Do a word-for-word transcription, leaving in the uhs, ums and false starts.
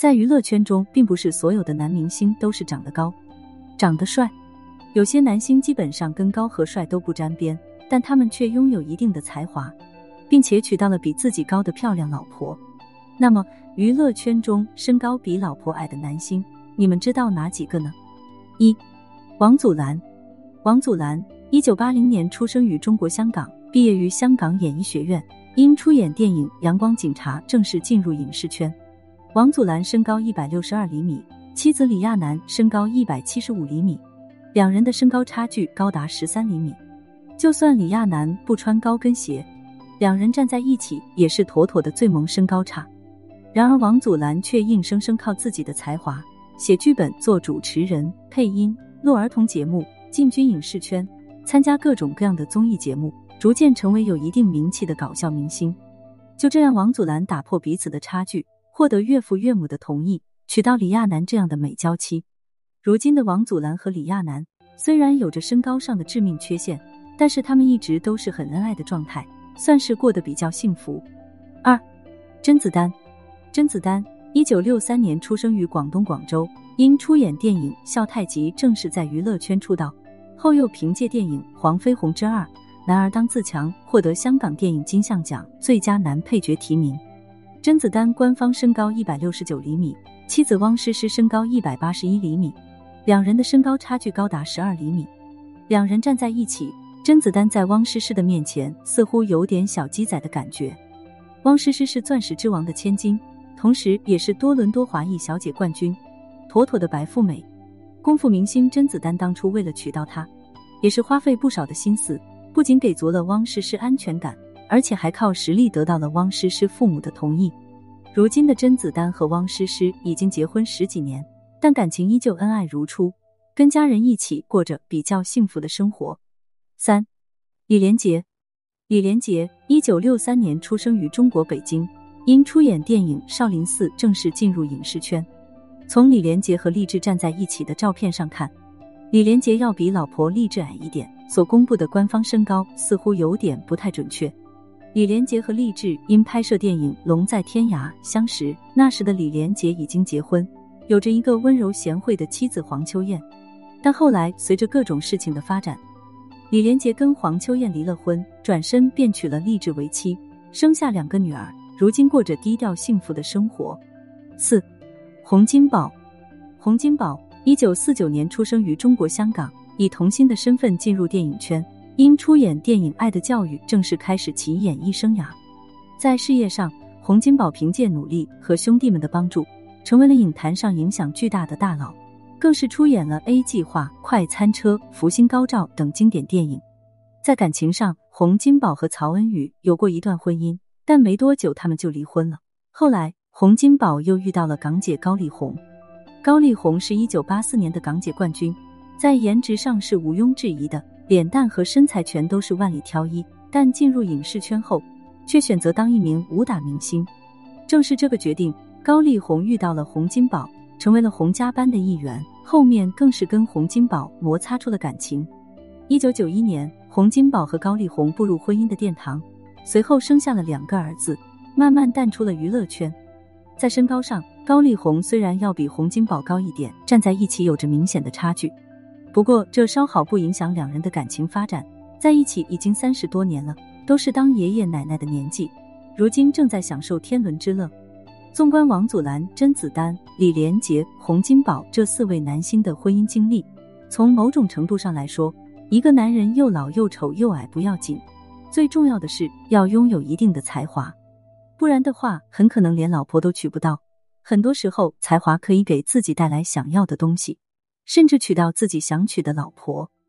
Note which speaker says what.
Speaker 1: 在娱乐圈中，并不是所有的男明星都是长得高、长得帅，有些男星基本上跟高和帅都不沾边，但他们却拥有一定的才华，并且娶到了比自己高的漂亮老婆。那么，娱乐圈中身高比老婆矮的男星，你们知道哪几个呢？一、王祖蓝。王祖蓝，一九八零年出生于中国香港，毕业于香港演艺学院，因出演电影《阳光警察》正式进入影视圈。王祖蓝身高一百六十二厘米，妻子李亚男身高一百七十五厘米，两人的身高差距高达十三厘米。就算李亚男不穿高跟鞋，两人站在一起也是妥妥的最萌身高差。然而王祖蓝却硬生生靠自己的才华，写剧本、做主持人、配音、录儿童节目，进军影视圈，参加各种各样的综艺节目，逐渐成为有一定名气的搞笑明星。就这样，王祖蓝打破彼此的差距，获得岳父岳母的同意，娶到李亚男这样的美娇妻。如今的王祖蓝和李亚男虽然有着身高上的致命缺陷，但是他们一直都是很恩爱的状态，算是过得比较幸福。二、甄子丹。甄子丹一九六三年出生于广东广州，因出演电影《笑太极》正式在娱乐圈出道，后又凭借电影《黄飞鸿之二：男儿当自强》获得香港电影金像奖最佳男配角提名。甄子丹官方身高一百六十九厘米，妻子汪诗诗身高一百八十一厘米，两人的身高差距高达十二厘米。两人站在一起，甄子丹在汪诗诗的面前似乎有点小鸡仔的感觉。汪诗诗是钻石之王的千金，同时也是多伦多华裔小姐冠军，妥妥的白富美。功夫明星甄子丹当初为了娶到她，也是花费不少的心思，不仅给足了汪诗诗安全感，而且还靠实力得到了汪诗诗父母的同意。如今的甄子丹和汪诗诗已经结婚十几年，但感情依旧恩爱如初，跟家人一起过着比较幸福的生活。三、李连杰。李连杰一九六三年出生于中国北京，因出演电影《少林寺》正式进入影视圈。从李连杰和励志站在一起的照片上看，李连杰要比老婆励志矮一点，所公布的官方身高似乎有点不太准确。李连杰和励志因拍摄电影《龙在天涯》相识，那时的李连杰已经结婚，有着一个温柔贤惠的妻子黄秋燕。但后来随着各种事情的发展，李连杰跟黄秋燕离了婚，转身便娶了励志为妻，生下两个女儿，如今过着低调幸福的生活。四、洪金宝。洪金宝一九四九年出生于中国香港，以童星的身份进入电影圈，因出演电影《爱的教育》正式开始其演艺生涯。在事业上，洪金宝凭借努力和兄弟们的帮助，成为了影坛上影响巨大的大佬，更是出演了 A 计划、快餐车、福星高照等经典电影。在感情上，洪金宝和曹恩宇有过一段婚姻，但没多久他们就离婚了。后来洪金宝又遇到了港姐高丽红。高丽红是一九八四年的港姐冠军，在颜值上是毋庸置疑的，脸蛋和身材全都是万里挑一，但进入影视圈后却选择当一名武打明星。正是这个决定，高丽红遇到了洪金宝，成为了洪家班的一员，后面更是跟洪金宝摩擦出了感情。一九九一年，洪金宝和高丽红步入婚姻的殿堂，随后生下了两个儿子，慢慢淡出了娱乐圈。在身高上，高丽红虽然要比洪金宝高一点，站在一起有着明显的差距，不过这稍好不影响两人的感情发展，在一起已经三十多年了，都是当爷爷奶奶的年纪，如今正在享受天伦之乐。纵观王祖蓝、甄子丹、李连杰、洪金宝这四位男星的婚姻经历，从某种程度上来说，一个男人又老又丑又矮不要紧，最重要的是要拥有一定的才华，不然的话很可能连老婆都娶不到。很多时候才华可以给自己带来想要的东西，甚至娶到自己想娶的老婆。